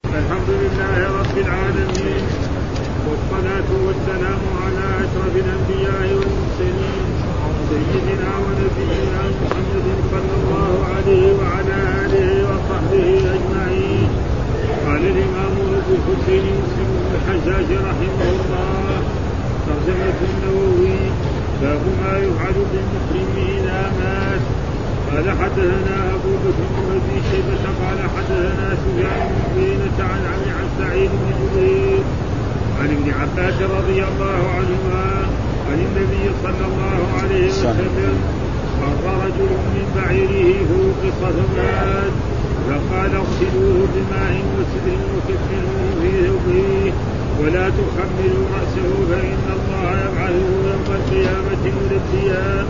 الحمد لله رب العالمين، والصلاة والسلام على أشرف الأنبياء والمرسلين سيدنا ونبينا محمد صلى الله عليه وعلى آله وصحبه أجمعين. قال الإمام أبو الحسين مسلم بن الحجاج رحمه الله: ترجمة النووي، باب ما يفعل بالمسلم إذا مات. قال حدثنا أبو بكر بن أبي شيبة قال حدثنا سفيان بن عيينة عن سعيد بن جبير عن ابن عباس رضي الله عنهما عن النبي صلى الله عليه وسلم: مر رجل من بعيره فوقص فمات، فقال: اغسلوه بماء وسدر وكفنوه في ثوبه ولا تخمروا رأسه فإن الله يبعثه يوم القيامة ملبيا.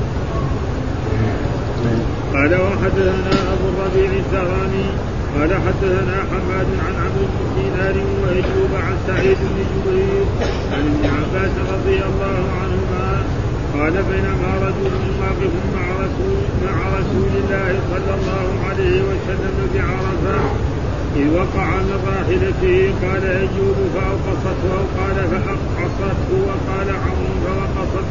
قال وحدثنا أبو الربيع الزهراني قال حدثنا حماد عن عمرو بن دينار وأيوب عن سعيد بن جبير عن ابن عباس رضي الله عنهما قال: بينما رجل واقف مع رسول الله صلى الله عليه وسلم بعرفة إذ وقع من راحلته، قال أيوب فأوقصته، أو قال فأقعصته، وقال عمرو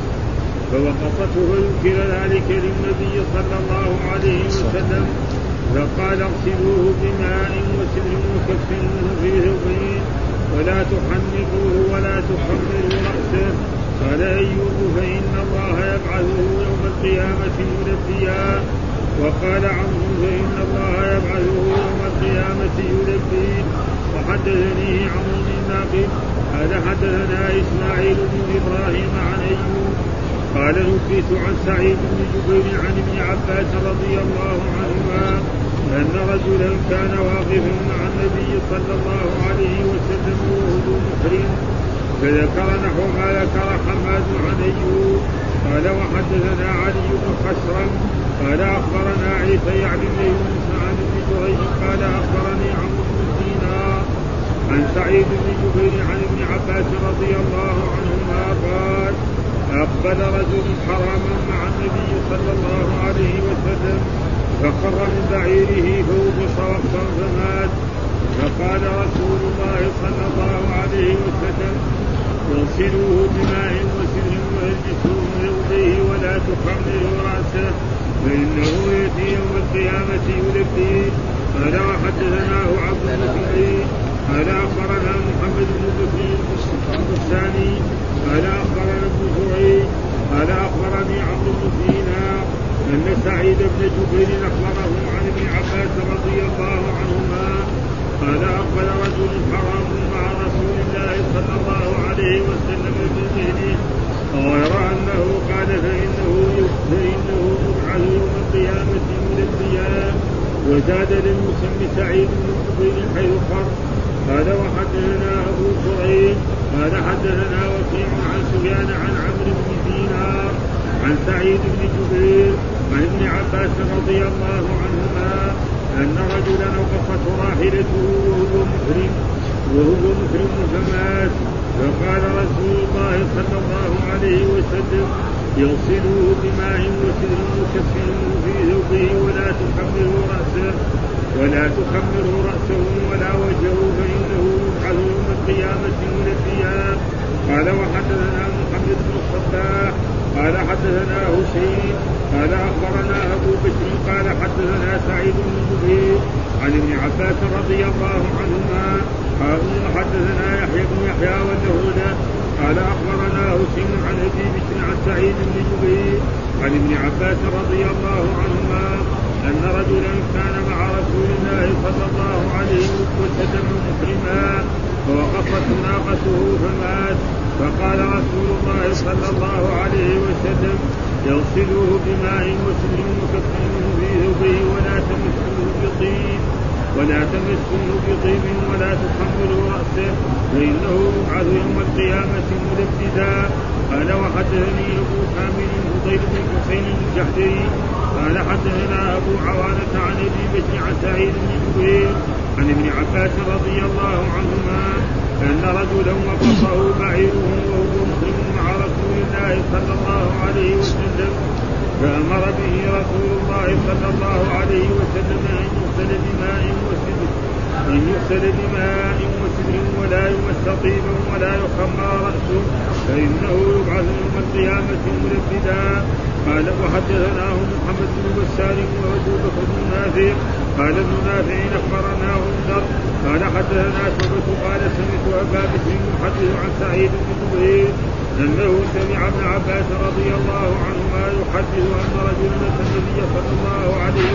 فوقصته، وينكر ذلك للنبي صلى الله عليه وسلم، فقال: اغسلوه بماء وسدر وكفنوه في ثوبين ولا تحنقوه ولا تخمروا رأسه. قال أيوب: فإن الله يبعثه يوم القيامة ملبيا. وقال عمرو: فإن الله يبعثه يوم القيامة يلبي. وحدثني عمرو بن ناقد قال حدثنا إسماعيل بن إبراهيم عن أيوب قال: نبئت عن سعيد بن جبير عن ابن عباس رضي الله عنهما أن رجلا كان واقفا مع النبي صلى الله عليه وسلم وهو محرم، فذكر نحو ما ذكر حماد عن أيوب. قال وحدثنا علي بن خشرم قال أخبرنا عيسى يعني بن يونس عن ابن جريج قال أخبرني عمرو بن دينار عن سعيد بن جبير عن ابن عباس رضي الله عنهما قال: أقبل رجل حراما مع النبي صلى الله عليه وسلم فخر من بعيره فوقص وقصا فمات، فقال رسول الله صلى الله عليه وسلم: اغسلوه بماء وسدر والبسوه ثوبيه ولا تخمروا رأسه فإنه يأتي يوم القيامة يلبيه. قال وحدثناه عبد الله قال أخبرنا محمد بن بكر الثاني قال أخبرنا ابن زريع قال أخبرني عمرو بن دينار أن سعيد بن جبير أخبره عن ابن عباس رضي الله عنهما قال: أقبل رجل حرام مع رسول الله صلى الله عليه وسلم بمهله، غير أنه قال: فإنه يبعث يوم القيامة ملبيا. وزاد للمسمى سعيد بن جبير حيث خر. قال وحدثنا أبو كريم قال حدثنا وكيع عن سفيان عن عمرو بن دينار عن سعيد بن جبير عن ابن عباس رضي الله عنهما أن رجلا أوقفته راحلته وهو محرم فمات، فقال رسول الله صلى الله عليه وسلم: يغسلوه بماء وسدر وكفنوه في ثوبه ولا تخمروا رأسه ولا وجهه فإنه يبعث يوم القيامة ملبيا. قال وحدثنا محمد بن الصباح قال حدثنا هشيم قال أخبرنا أبو بكر قال حدثنا سعيد بن جبير عن ابن عباس رضي الله عنهما قال حدثنا يحيى بن يحيى واللهودة قال أخبرنا هشيم عن أبي بكر عن سعيد بن جبير عن ابن عباس رضي الله عنهما أن رجلا كان مع رسول الله صلى الله عليه وسلم محرما فوقفت ناقته فمات، فقال رسول الله صلى الله عليه وسلم: يغسلوه بماء وسدر وكفنوه في ثوبه ولا تمسوه بطيب ولا تخمروا رأسه فإنه يبعث يوم القيامة ملبدا. قال وحدثني أبو كامل فضيل بن حسين الجحدري قال حدثنا أبو عوانة عن أبي بكر عن سعيد بن جبير عن ابن عباس رضي الله عنهما أن رجلا وقصه بعيره وهو محرم مع رسول الله صلى الله عليه وسلم، فأمر به رسول الله صلى الله عليه وسلم أن يغسل بماء وسدر أن يغسل بماء وسدر ولا يمس طيبا ولا يخمر رأسه فإنه يبعث يوم القيامة ملبدا. قال وحدثناه محمد بن بشار وأبو بكر بن نافع قال ابن نافع أخبرنا غندر قال حدثنا شعبة قال سمعت أبا بكر يحدث عن سعيد بن جبير أنه سمع ابن عباس رضي الله عنهما يحدث أن رجلا أتى النبي صلى الله عليه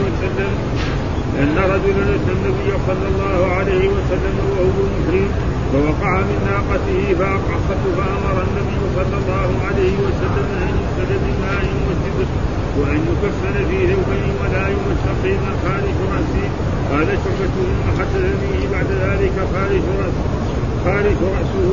وسلم وهو محرم فوقع من ناقته فأقعصته فأمر النبي صلى الله عليه وسلم أن يغسل بماء وسدر وأن يكفن في ثوبين ولا يمس طيبا خارج رأسه. قال شعبة ثم حدثني بعد ذلك خارج رأسه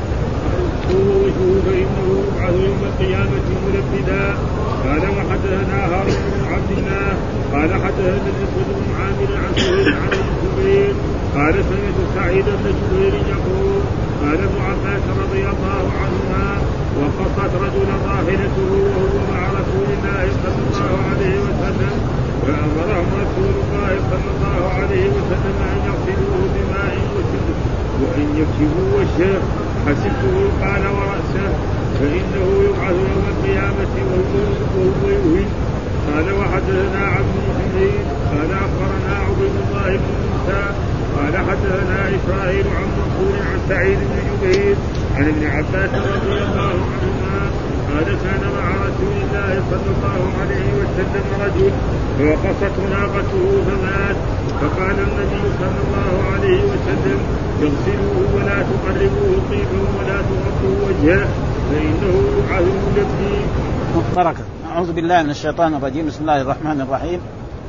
ووجهه فإنه يبعث يوم القيامة ملبدا. قال وحدثنا هارون بن عبد الله قال حدثنا الأسود بن عامر عن سهيل عن الزبير قال سمعت سعيد بن جبير يقول قال ابن عباس رضي الله عنهما وقصت رجلا راحلته وهو مع رسول الله صلى الله عليه وسلم فأمرهم رسول الله صلى الله عليه وسلم أن يغسلوه بماء وسدر وأن يكشفوا وجهه حسبته قال ورأسه فإنه يبعث يوم القيامة وهو يوهن. قال وحدثنا عبد الحميد قال أخبرنا عبيد الله بن موسى قال حدثنا إسرائيل عن منصور عن سعيد بن جبير عن ابن عباس رضي الله عنهما قال كان مع رسول الله صلى الله عليه وسلم رجل فوقصته ناقته فمات فقال النبي صلى الله عليه وسلم يغسلوه ولا تقربوه طيبا ولا تغطوا وجهه فإنه يبعث ملبي. بركة. أعوذ بالله من الشيطان الرجيم. بسم الله الرحمن الرحيم.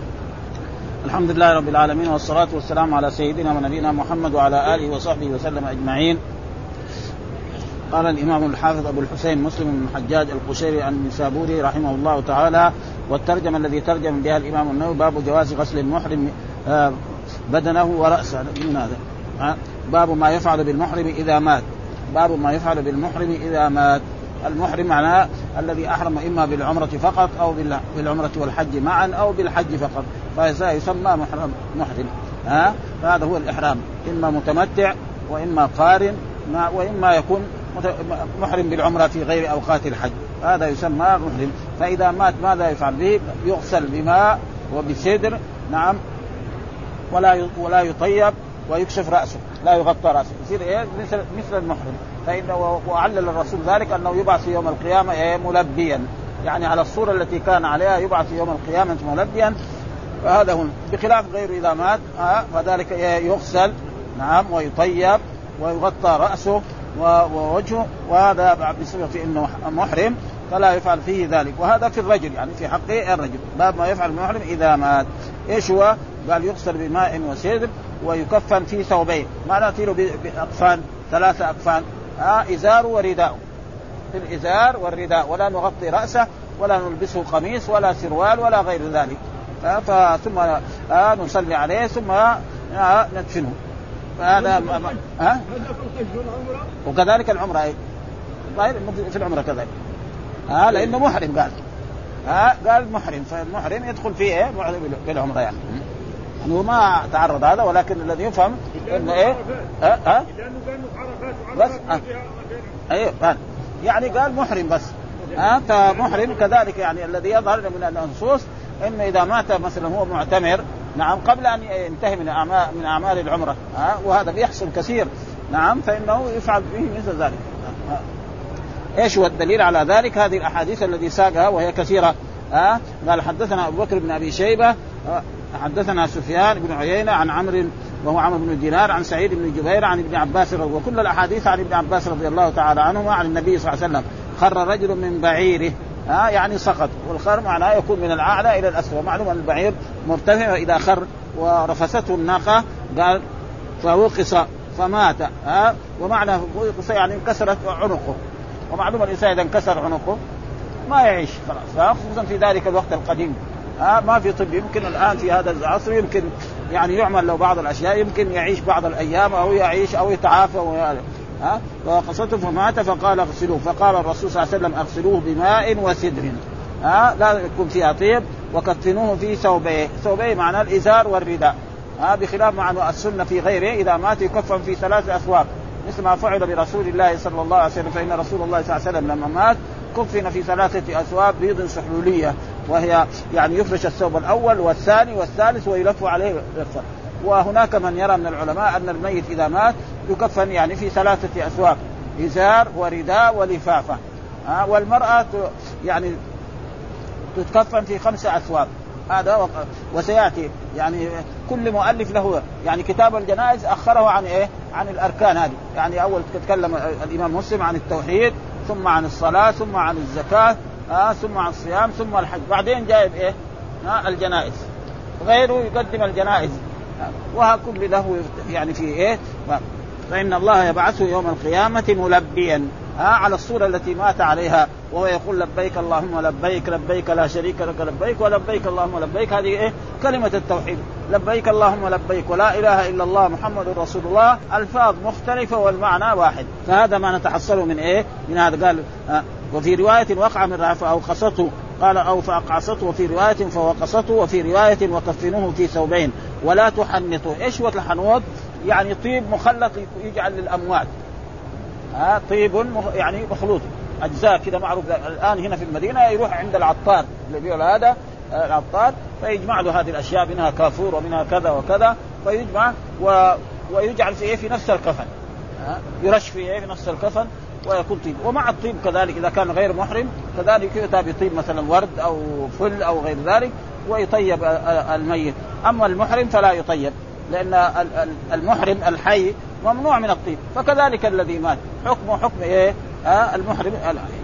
الحمد لله رب العالمين والصلاة والسلام على سيدنا ونبينا محمد وعلى آله وصحبه وسلم أجمعين. قال الإمام الحافظ أبو الحسين مسلم بن الحجاج القشيري عن النسابوري رحمه الله تعالى والترجمة الذي ترجم بها الإمام النووي باب جواز غسل المحرم بدنه ورأسه. باب ما يفعل بالمحرم إذا مات. باب ما يفعل بالمحرم إذا مات. المحرم معناه الذي أحرم إما بالعمرة فقط أو بالعمرة والحج معا أو بالحج فقط فيسمى محرم. فهذا هو الإحرام إما متمتع وإما قارن وإما يكون محرم بالعمرة في غير أوقات الحج هذا يسمى محرم. فإذا مات ماذا يفعل به؟ يغسل بماء وبسدر نعم ولا يطيب ويكشف رأسه لا يغطى رأسه يصير مثل المحرم. فإنه وعلل الرسول ذلك أنه يبعث يوم القيامة ملبيا يعني على الصورة التي كان عليها يبعث يوم القيامة ملبيا. فهذا هو بخلاف غيره إذا مات فذلك يغسل نعم ويطيب ويغطى رأسه ووجهه وهذا بصفة إنه محرم فلا يفعل فيه ذلك. وهذا في الرجل يعني في حقه الرجل. باب ما يفعل المحرم إذا مات إيش هو؟ قال يغسل بماء وسدر ويكفن في ثوبين ما نأتيله بأكفان 3 أكفان إزار ورداء في الإزار والرداء ولا نغطي رأسه ولا نلبسه قميص ولا سروال ولا غير ذلك. ثم نصلي عليه ثم ندفنه. هذا وكذلك العمرة في العمرة كذلك لأنه محرم قال محرم فالمحرم يدخل فيه بالعمرة يعني هو ما تعرض هذا ولكن الذي يفهم إنه بس يعني قال محرم بس فمحرم كذلك يعني الذي يظهر من النصوص إنه إذا مات مثلا هو معتمر نعم قبل أن ينتهي من أعمال العمرة وهذا بيحصل كثير نعم فإنه يفعل به مثل ذلك. إيش هو الدليل على ذلك؟ هذه الأحاديث التي ساقها وهي كثيرة. قال حدثنا أبو بكر بن أبي شيبة حدثنا سفيان بن عيينة عن عمرو وهو عمرو بن دينار عن سعيد بن جبير عن ابن عباس وكل الأحاديث عن ابن عباس رضي الله تعالى عنهما عن النبي صلى الله عليه وسلم خر رجل من بعيره يعني سقط والخر معناه يكون من الأعلى إلى الأسفل. معلوم أن البعير مرتفع إذا خر ورفسته الناقة قال فوقص فمات ومعنى وقص يعني انكسرت عنقه. ومعلوم الإنسان إذا انكسر عنقه ما يعيش خلاص خصوصا في ذلك الوقت القديم ما في طب يمكن الآن في هذا العصر يمكن يعني يعمل له بعض الأشياء يمكن يعيش بعض الأيام أو يعيش أو يتعافى فقصته فمات فقال اغسلوه. فقال الرسول صلى الله عليه وسلم اغسلوه بماء وسدر لا يكون فيها طيب وكفنوه في ثوبيه معناه الإزار والرداء بخلاف مع السنة في غيره إذا مات يكفن في 3 أثواب مثل ما فعل برسول الله صلى الله عليه وسلم. فإن رسول الله صلى الله عليه وسلم لما مات كفن في 3 أثواب بيض سحلولية، وهي يعني يفرش الثوب الأول والثاني والثالث ويلف عليه لفة. وهناك من يرى من العلماء أن الميت إذا مات يكفن يعني في 3 أثواب، إزار ورداء ولفافة. والمرأة يعني تتكفن في 5 أثواب. هذا وسيأتي يعني كل مؤلف له يعني كتاب الجنائز أخره عن عن الأركان هذه. يعني أول تتكلم الإمام مسلم عن التوحيد، ثم عن الصلاة، ثم عن الزكاة، ثم عن الصيام، ثم الحج، بعدين جايب الجنائز. غيره يقدم الجنائز، وكل له يعني في فإن الله يبعثه يوم القيامة ملبيا على الصورة التي مات عليها، وهو يقول لبيك اللهم لبيك، لبيك لا شريك لك لبيك، ولبيك اللهم لبيك. هذه كلمة التوحيد، لبيك اللهم لبيك ولا إله إلا الله محمد رسول الله، ألفاظ مختلفة والمعنى واحد. فهذا ما نتحصله من من هذا. قال وفي رواية وقع من رأى فأوقصته، قال أو فأقعصته، وفي رواية فوقصته، وفي رواية وكفنوه في ثوبين ولا تحنطوا. إيش هو الحنوط؟ يعني طيب مخلط يجعل للأموات، طيب يعني مخلوط أجزاء كده معروف. الآن هنا في المدينة يروح عند العطار اللي بيقول هذا العطار، فيجمع له هذه الأشياء، منها كافور ومنها كذا وكذا، فيجمع ويجعل في نفس الكفن، يرش في نفس الكفن ويكون طيب. ومع الطيب كذلك إذا كان غير محرم كذلك يؤتى بطيب مثلا ورد أو فل أو غير ذلك ويطيب الميت. أما المحرم فلا يطيب، لأن المحرم الحي ممنوع من الطيب، فكذلك الذي مات حكمه حكم المحرم الحي.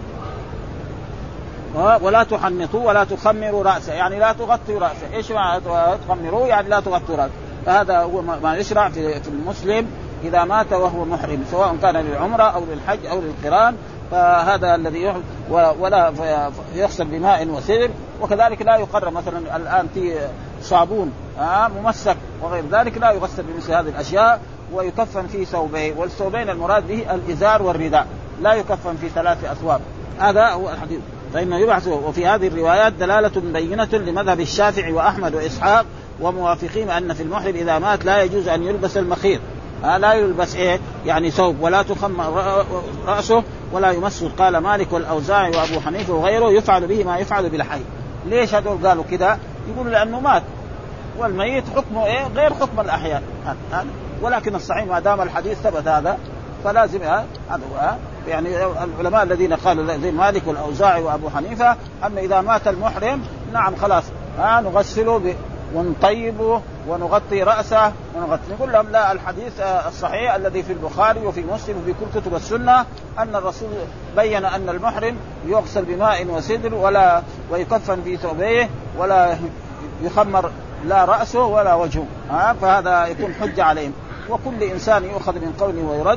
ولا تحنطوا ولا تخمروا رأسه، يعني لا تغطوا رأسه. إيش معنى تخمروا؟ يعني لا تغطوا رأسه. فهذا هو ما يشرع في المسلم إذا مات وهو محرم، سواء كان للعمرة أو للحج أو للقران، فهذا الذي ولا يغسل بماء وسدر. وكذلك لا يقرر مثلا الآن في صابون ممسك وغير ذلك، لا يغسل بمثل هذه الأشياء، ويكفن في ثوبين. والثوبين المراد به الإزار والرداء، لا يكفن في 3 أثواب. هذا هو الحديث. فإنه يبعث. وفي هذه الروايات دلالة بينة لمذهب الشافعي وأحمد وإسحاق وموافقين أن في المحرم إذا مات لا يجوز أن يلبس المخيط، لا يلبس يعني ثوب، ولا تخمر رأسه ولا يمسه. قال مالك والأوزاعي وأبو حنيفة وغيره يفعل به ما يفعل بالحي. ليش هذول قالوا كده؟ يقولوا لأنه مات، والميت حكمه غير حكم الأحياء. ولكن الصحيح ما دام الحديث ثبت هذا فلازم هذا يعني العلماء الذين قالوا زي مالك والأوزاعي وأبو حنيفة أن إذا مات المحرم نعم خلاص نغسله ونطيبه ونغطي رأسه ونغطي. نقول لهم لا، الحديث الصحيح الذي في البخاري وفي مسلم وفي كل كتب السنة أن الرسول بين أن المحرم يغسل بماء وسدر ويكفن في ثوبيه ولا يخمر لا رأسه ولا وجهه. فهذا يكون حجة عليهم، وكل إنسان يؤخذ من قوله ويرد.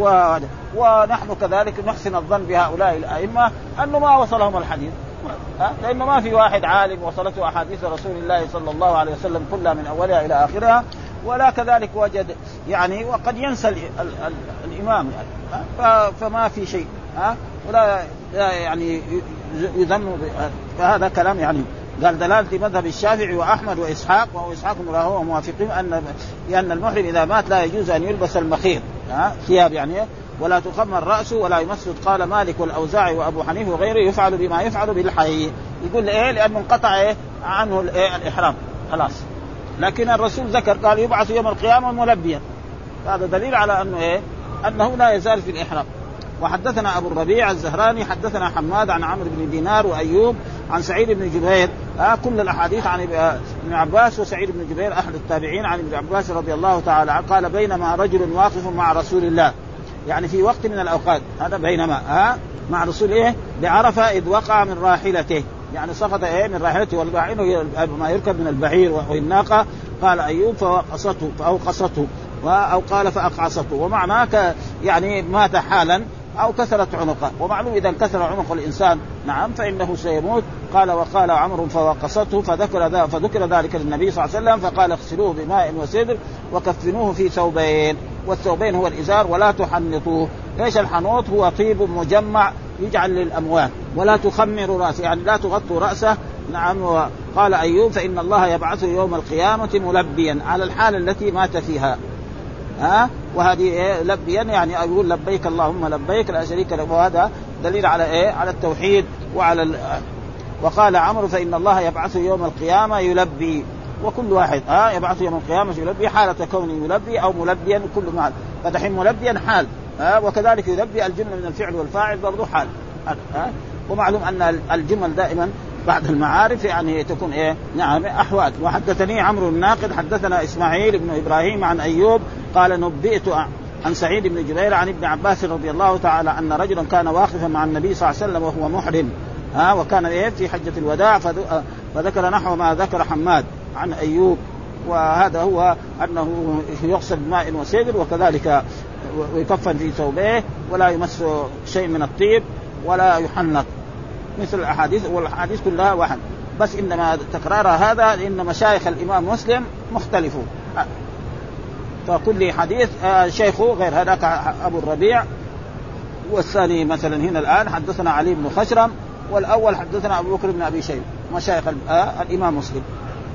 ونحن كذلك نحسن الظن بهؤلاء الأئمة أنه ما وصلهم الحديث، لأنه ما في واحد عالم وصلته أحاديث رسول الله صلى الله عليه وسلم كلها من أولها إلى آخرها، ولا كذلك وجد يعني وقد ينسى الإمام يعني فما في شيء ولا يعني يذم. فهذا كلام يعني قال دلالة مذهب الشافعي وأحمد وإسحاق، وهو إسحاق وهو موافقين لأن المحرم إذا مات لا يجوز أن يلبس المخيط ثياب يعني، ولا تخمر رأسه ولا يمسد. قال مالك والأوزاعي وأبو حنيفة وغيره يفعل بما يفعل بالحي. يقول لأنه انقطع عنه الإحرام خلاص. لكن الرسول ذكر قال يبعث يوم القيامة ملبيا، هذا دليل على أنه لا يزال في الإحرام. وحدثنا أبو الربيع الزهراني حدثنا حماد عن عمرو بن دينار وأيوب عن سعيد بن جبير، كل الأحاديث عن ابن عباس وسعيد بن جبير أحد التابعين عن ابن عباس رضي الله تعالى عنه قال بينما رجل واقف مع رسول الله، يعني في وقت من الأوقات، هذا بينما مع رسول بعرفة إذ وقع من راحلته، يعني سقط من راحلته، والباعين ما يركب من البعير والناقة. قال أيوب فأوقصته أو قال فأقعصته، ومعناه يعني مات حالا أو كسرت عنقه. ومعلوم إذا كسر عنق الإنسان نعم فإنه سيموت. قال وقال عمرو فوقصته فذكر ذلك للنبي صلى الله عليه وسلم فقال اغسلوه بماء وسدر وكفنوه في ثوبين، والثوبين هو الإزار. ولا تحنطوه. ايش الحنوط؟ هو طيب مجمع يجعل للأموات. ولا تخمروا رأسه، يعني لا تغطوا رأسه نعم. وقال أيوب فإن الله يبعث يوم القيامة ملبيا على الحالة التي مات فيها. وهذه لبيا يعني يقول لبيك اللهم لبيك لا شريك لك، وهذا دليل على على التوحيد وعلى وقال عمرو فإن الله يبعث يوم القيامة يلبي، وكل واحد يبعث يوم القيامة يلبي حالة كونه يلبي أو ملبيا كل ما فتحين ملبيا حال. وكذلك يلبي الجملة من الفعل والفاعل برضو حال. ومعلوم أن الجمل دائما بعد المعارف يعني تكون نعم أحوال. وحدثني عمرو الناقد حدثنا إسماعيل بن إبراهيم عن أيوب قال نبئت عن سعيد بن جبير عن ابن عباس رضي الله تعالى أن رجلا كان واقفا مع النبي صلى الله عليه وسلم وهو محرم وكان في حجة الوداع فذكر نحو ما ذكر حماد عن أيوب، وهذا هو أنه يغسل بماء وسدر وكذلك ويكفن في ثوبه ولا يمس شيء من الطيب ولا يحنط مثل الأحاديث، والأحاديث كلها واحد، بس إنما تكرارها هذا إن مشايخ الإمام مسلم مختلفون، فكل حديث شيخه غير. هذاك أبو الربيع، والثاني مثلا هنا الآن حدثنا علي بن خشرم، والأول حدثنا أبو بكر بن أبي شيبة مشايخ الإمام مسلم.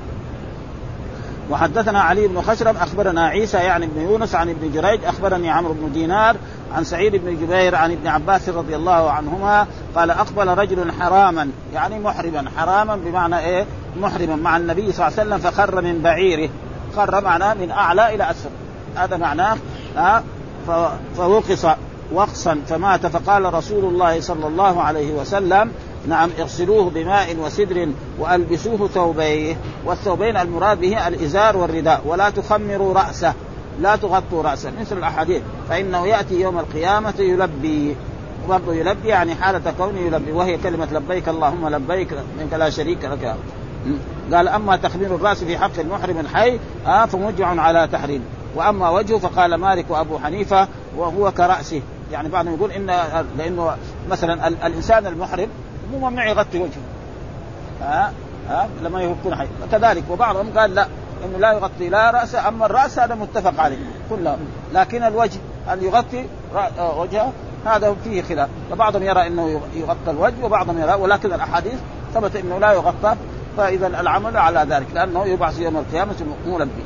وحدثنا علي بن خشرم أخبرنا عيسى يعني بن يونس عن ابن جريج أخبرني عمرو بن دينار عن سعيد بن جبير عن ابن عباس رضي الله عنهما قال أقبل رجل حراما يعني محرما، حراما بمعنى محرما مع النبي صلى الله عليه وسلم فخر من بعيره، خر معناه من أعلى إلى أسفل، هذا معناه فوقص وقصا فمات، فقال رسول الله صلى الله عليه وسلم نعم اغسلوه بماء وسدر وألبسوه ثوبيه، والثوبين المراد به الإزار والرداء، ولا تخمروا رأسه لا تغطوا رأسه مثل الأحاديث، فإنه يأتي يوم القيامة يلبي، وبرضه يلبي يعني حالة كونه يلبي، وهي كلمة لبيك اللهم لبيك منك لا شريك لك. قال أما تخمير الرأس في حق المحرم الحي فموجع على تحريم، وأما وجهه فقال مالك وأبو حنيفة وهو كرأسه، يعني بعضهم يقول لأنه مثلا الإنسان المحرم مو ممنوع يغطي وجهه لما يكون حي، كذلك وبعضهم قال لا إنه لا يغطي لا رأسه، أما الرأس هذا متفق عليه كله، لكن الوجه اللي يغطي وجهه هذا فيه خلاف، فبعضهم يرى إنه يغطى الوجه وبعضهم يرى، ولكن الأحاديث ثبت إنه لا يغطى، فإذا العمل على ذلك لأنه يبعث يوم القيامة ملبي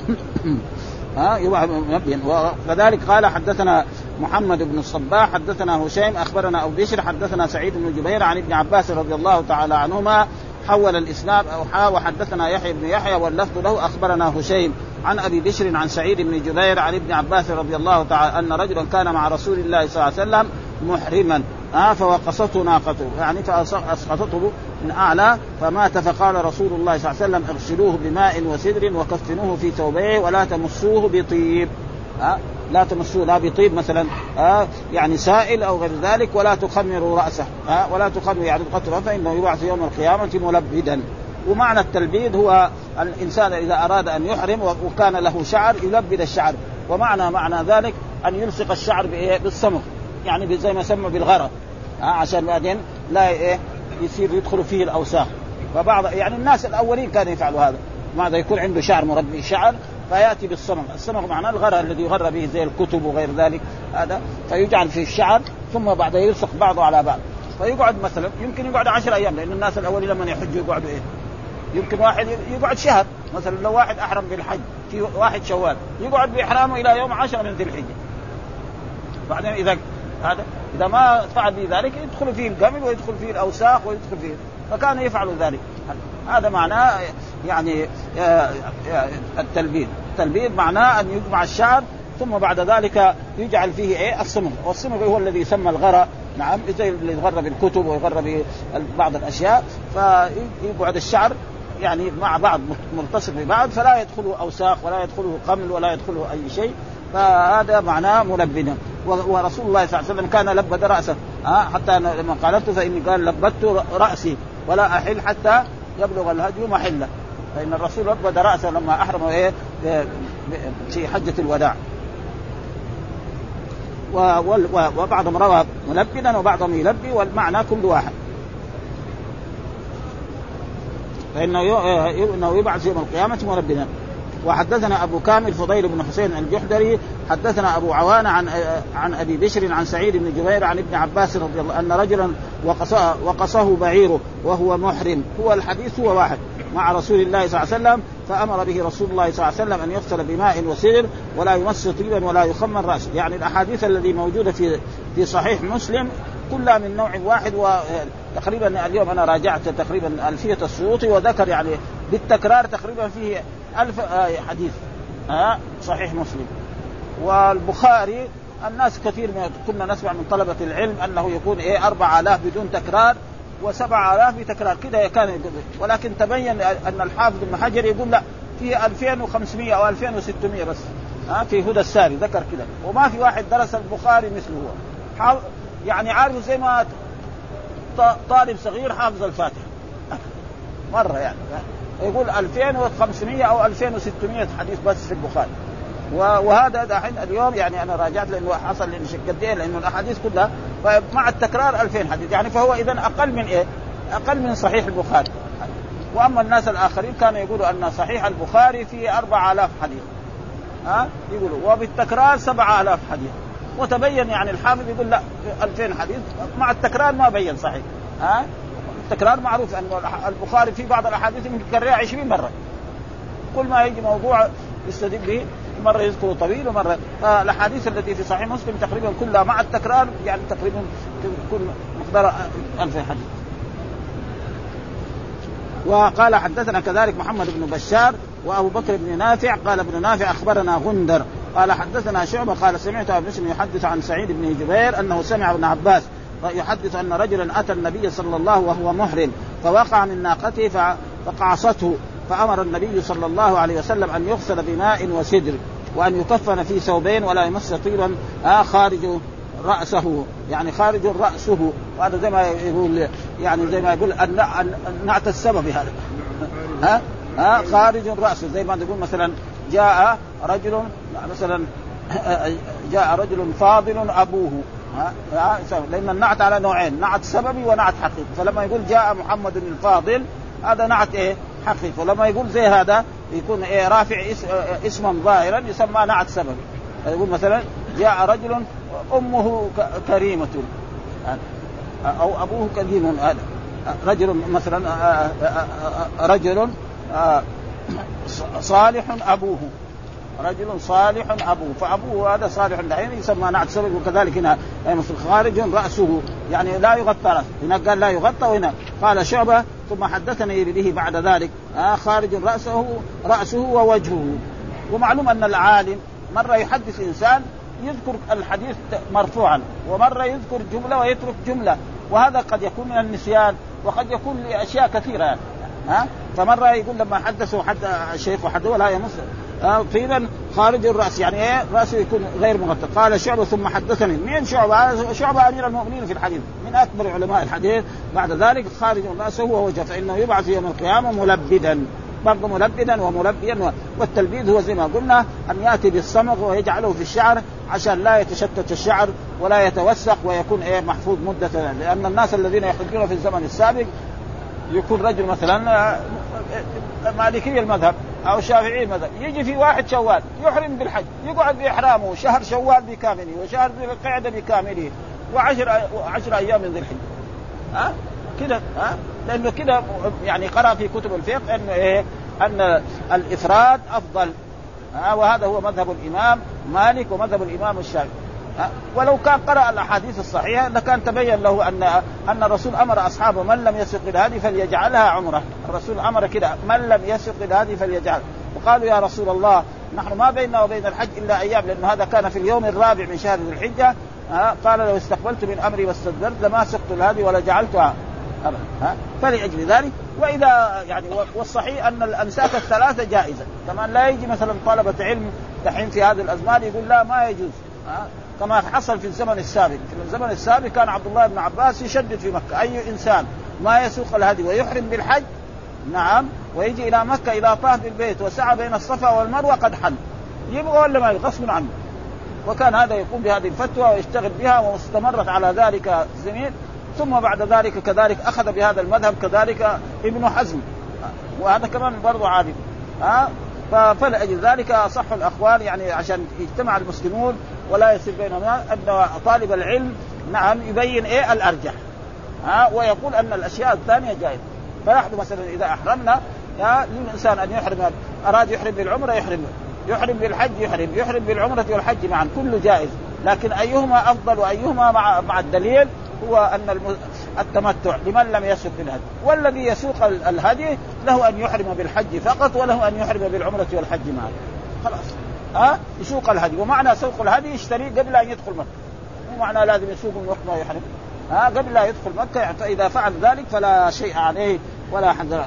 يبعث ملبيا. وكذلك قال حدثنا محمد بن الصباح حدثنا هشيم أخبرنا أبو بشر حدثنا سعيد بن جبير عن ابن عباس رضي الله تعالى عنهما حول الإسناد وحدثنا يحيى بن يحيى واللفظ له أخبرنا هشيم عن أبي بشر عن سعيد بن جبير عن ابن عباس رضي الله تعالى أن رجلا كان مع رسول الله صلى الله عليه وسلم محرما فوقصته ناقته يعني فأسقطته من أعلى فمات، فقال رسول الله صلى الله عليه وسلم اغسلوه بماء وسدر وكفنوه في ثوبيه ولا تمسوه بطيب، لا تمسوه لا بطيب مثلا يعني سائل أو غير ذلك، ولا تخمروا رأسه ولا تخمروا يعني القطرة، فإنه يبعث يوم القيامة ملبدا. ومعنى التلبيد هو الإنسان إذا أراد أن يحرم وكان له شعر يلبد الشعر، ومعنى ذلك أن يلصق الشعر بالصمغ يعني زي ما سمى بالغرة عشان بعدين لا يصير يدخل فيه الأوساخ. فبعض يعني الناس الأولين كانوا يفعلوا هذا، ماذا يكون عنده شعر مربي شعر فيأتي بالصمغ، الصمغ معناه الغرة الذي يغرى به زي الكتب وغير ذلك هذا، فيجعل في الشعر ثم بعد يلصق بعضه على بعض، فيقعد مثلا يمكن يقعد 10 أيام، لأن الناس الأولين لما يحجوا يقعدوا يمكن واحد يقعد شهر، مثلا لو واحد أحرم بالحج في 1 شوال يقعد بإحرامه إلى يوم 10 من ذي الحجة، بعدين إذا ما فعل بذلك يدخل فيه القمل ويدخل فيه الأوساخ ويدخل فيه، فكان يفعل ذلك. هذا معناه يعني التلبيد معناه أن يجمع الشعر ثم بعد ذلك يجعل فيه الصمغ، والصمغ هو الذي يسمى الغرة، نعم زي اللي يغرى بالكتب ويغرى ببعض الأشياء، فيقعد الشعر يعني مع بعض ملتصق ببعض فلا يدخله أوساخ ولا يدخله قمل ولا يدخله أي شيء، فهذا معناه ملبدا. ورسول الله صلى الله عليه وسلم كان لبد رأسه حتى لما قالت فإني قال لبدت رأسي ولا أحل حتى يبلغ الهدي محله، فإن الرسول لبد رأسه لما أحرم في حجة الوداع. وبعضهم روى ملبدا وبعضهم يلبي، والمعنى كل واحد، فإنه يبعث يوم القيامة ملبدا. وحدثنا أبو كامل فضيل بن حسين الجحدري حدثنا أبو عوان عن أبي بشر عن سعيد بن جبير عن ابن عباس رضي الله أن رجلا وقصه بعيره وهو محرم. هو الحديث هو واحد مع رسول الله صلى الله عليه وسلم، فأمر به رسول الله صلى الله عليه وسلم أن يغسل بماء وسدر ولا يمس طيبا ولا يخمر رأسه. يعني الأحاديث الذي موجودة في صحيح مسلم كلها من نوع واحد. وتقريبا اليوم أنا راجعت تقريبا ألفية السيوطي وذكر يعني بالتكرار تقريبا فيه 1000 حديث صحيح مسلم. والبخاري الناس كثير كنا نسمع من طلبة العلم أنه يكون 4000 بدون تكرار و7000 بتكرار كده كان يقول. ولكن تبين أن الحافظ ابن حجر يقول لا فيه 2500 أو 2600 بس في هدى الساري ذكر كده. وما في واحد درس البخاري مثله هو يعني عارف زي ما طالب صغير حافظ الفاتحة مرة يعني يقول 2500 أو 2600 حديث بس في البخاري. وهذا دحين اليوم يعني أنا راجعت لأنه حصل قد إيه لأنه الأحاديث كلها مع التكرار 2000 حديث يعني فهو إذن أقل من أقل من صحيح البخاري. وأما الناس الآخرين كانوا يقولوا أن صحيح البخاري فيه 4000 حديث يقولوا وبالتكرار 7000 حديث. وتبين يعني الحافظ يقول لا 2000 حديث مع التكرار ما بين صحيح. التكرار معروف أن البخاري في بعض الأحاديث يكررها 20 مرة. كل ما يجي موضوع يستدل به مرة يذكر طويل ومرة. الأحاديث التي في صحيح مسلم تقريبا كلها مع التكرار يعني تقريبا تكون مقدار 1000 حديث. وقال حدثنا كذلك محمد بن بشار وأبو بكر بن نافع قال ابن نافع أخبرنا غندر قال حدثنا شعبة قال سمعت أبو بشر يحدث عن سعيد بن جبير أنه سمع ابن عباس يحدث أن رجلا أتى النبي صلى الله وهو محرم فوقع من ناقته فقعصته فأمر النبي صلى الله عليه وسلم أن يغسل بماء وسدر وأن يكفن في ثوبين ولا يمس طيبا خارج رأسه يعني خارج رأسه. وهذا زي ما يقول يعني زي ما يقول نعت السبب هذا خارج رأسه. زي ما نقول مثلا جاء رجل فاضل أبوه لأن النعت على نوعين نعت سببي ونعت حقيقي. فلما يقول جاء محمد الفاضل هذا نعت حقيقي. ولما يقول زي هذا يكون رافع اسما ظاهرا يسمى نعت سببي. يقول مثلا جاء رجل أمه كريمة أو أبوه كريم. هذا رجل مثلا رجل صالح أبوه رجل صالح أبوه فأبوه هذا صالح دحين يسمى نعت سبب. وكذلك هنا خارج رأسه يعني لا يغطى رأسه. هنا قال لا يغطى وهنا قال شعبة ثم حدثني به بعد ذلك خارج رأسه ووجهه. ومعلوم أن العالم مرة يحدث إنسان يذكر الحديث مرفوعا ومرة يذكر جملة ويترك جملة وهذا قد يكون من النسيان وقد يكون لأشياء كثيرة يعني. فمرة يقول لما حدثوا حد الشيخ وحده لا يمس طيبا خارج الرأس يعني رأسه يكون غير مغطى. قال شعبة ثم حدثني من شعبة أمير المؤمنين في الحديث من أكبر علماء الحديث. بعد ذلك خارج رأسه ووجهه فإنه يبعث يوم القيامة ملبدا برضه ملبدا وملبيا. والتلبيد هو زي ما قلنا أن يأتي بالصمغ ويجعله في الشعر عشان لا يتشتت الشعر ولا يتوسخ ويكون محفوظ مدة. لأن الناس الذين يحجون في الزمن السابق يكون رجل مثلا مالكي المذهب أو شافعي المذهب يجي في واحد شوال يحرم بالحج يقعد بإحرامه شهر شوال بكامله وشهر ذي القعدة بكامله وعشر أيام من ذي الحج كده لأنه كده يعني قرأ في كتب الفقه أن الإفراد أفضل. وهذا هو مذهب الإمام مالك ومذهب الإمام الشافعي. ولو كان قرأ الأحاديث الصحيحة لكان تبين له أن الرسول أمر أصحابه من لم يسق الهدي فليجعلها عمره. الرسول أمر كده من لم يسق الهدي فليجعل. وقالوا يا رسول الله نحن ما بيننا وبين الحج إلا أيام لأن هذا كان في اليوم الرابع من شهر ذي الحجة. قال لو استقبلت من أمري واستدبرت لما سقت الهدي ولا جعلتها أبدا. فلأجل ذلك وإذا يعني والصحيح أن الأمساك الثلاثة جائزة. كمان لا يجي مثلا طلبة علم دحين في هذه الأزمان يقول لا ما يجوز كما حصل في الزمن السابق. في الزمن السابق كان عبد الله بن عباس يشدد في مكة أي إنسان ما يسوق الهدي ويحرم بالحج ويجي إلى مكة إلى طاف بالبيت وسعى بين الصفا والمروة قد حل يبغى ولا ما يغصب عنه. وكان هذا يقوم بهذه الفتوى ويشتغل بها واستمرت على ذلك سنين. ثم بعد ذلك كذلك أخذ بهذا المذهب كذلك ابن حزم وهذا كمان برضو عادي فلأجل ذلك أصح الأخوان يعني عشان يجتمع المسلمون ولا يصير بينهم أن طالب العلم نعم يبين إيه الأرجح ويقول أن الأشياء الثانية جائزة. فنحن مثلا إذا أحرمنا للإنسان أن يحرم، أراد يحرم بالعمرة يحرم بالحج يحرم بالعمرة والحج معا، كله جائز. لكن أيهما أفضل وأيهما مع الدليل هو أن التمتع لمن لم يسوق الهدي، والذي يسوق الهدي له أن يحرم بالحج فقط وله أن يحرم بالعمرة والحج معا، خلاص يسوق الهدي. ومعنى سوق الهدي يشتري قبل أن يدخل مكة، ومعنى لازم يسوق من وقت ما يحرم قبل لا يدخل مكة، فإذا فعل ذلك فلا شيء عليه ولا حذر.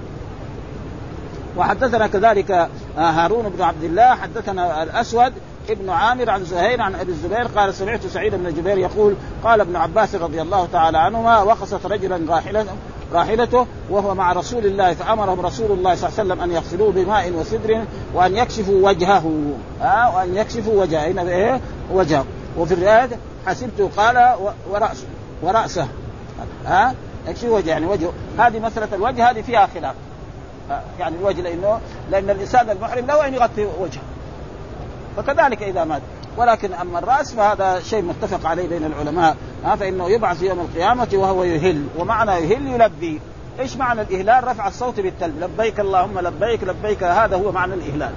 وحدثنا كذلك هارون بن عبد الله حدثنا الأسود ابن عامر عن زهير عن أبي الزبير قال سمعت سعيد بن جبير يقول قال ابن عباس رضي الله تعالى عنهما وقصت رجلا راحلته وهو مع رسول الله فأمرهم رسول الله صلى الله عليه وسلم أن يغسلوه بماء وسدر وأن يكشفوا وجهه وأن يكشفوا وجهه. وفي الرواية حسبته قال ورأسه يكشفوا وجهه يعني وجهه. هذه مسألة الوجه هذه فيها خلاف يعني الوجه لأن الإنسان المحرم له أن يغطي وجهه فكذلك إذا مات. ولكن أما الرأس فهذا شيء متفق عليه بين العلماء فإنه يبعث يوم القيامة وهو يهل. ومعنى يهل يلبي. إيش معنى الإهلال؟ رفع الصوت بالتلبية لبيك اللهم لبيك لبيك، هذا هو معنى الإهلال.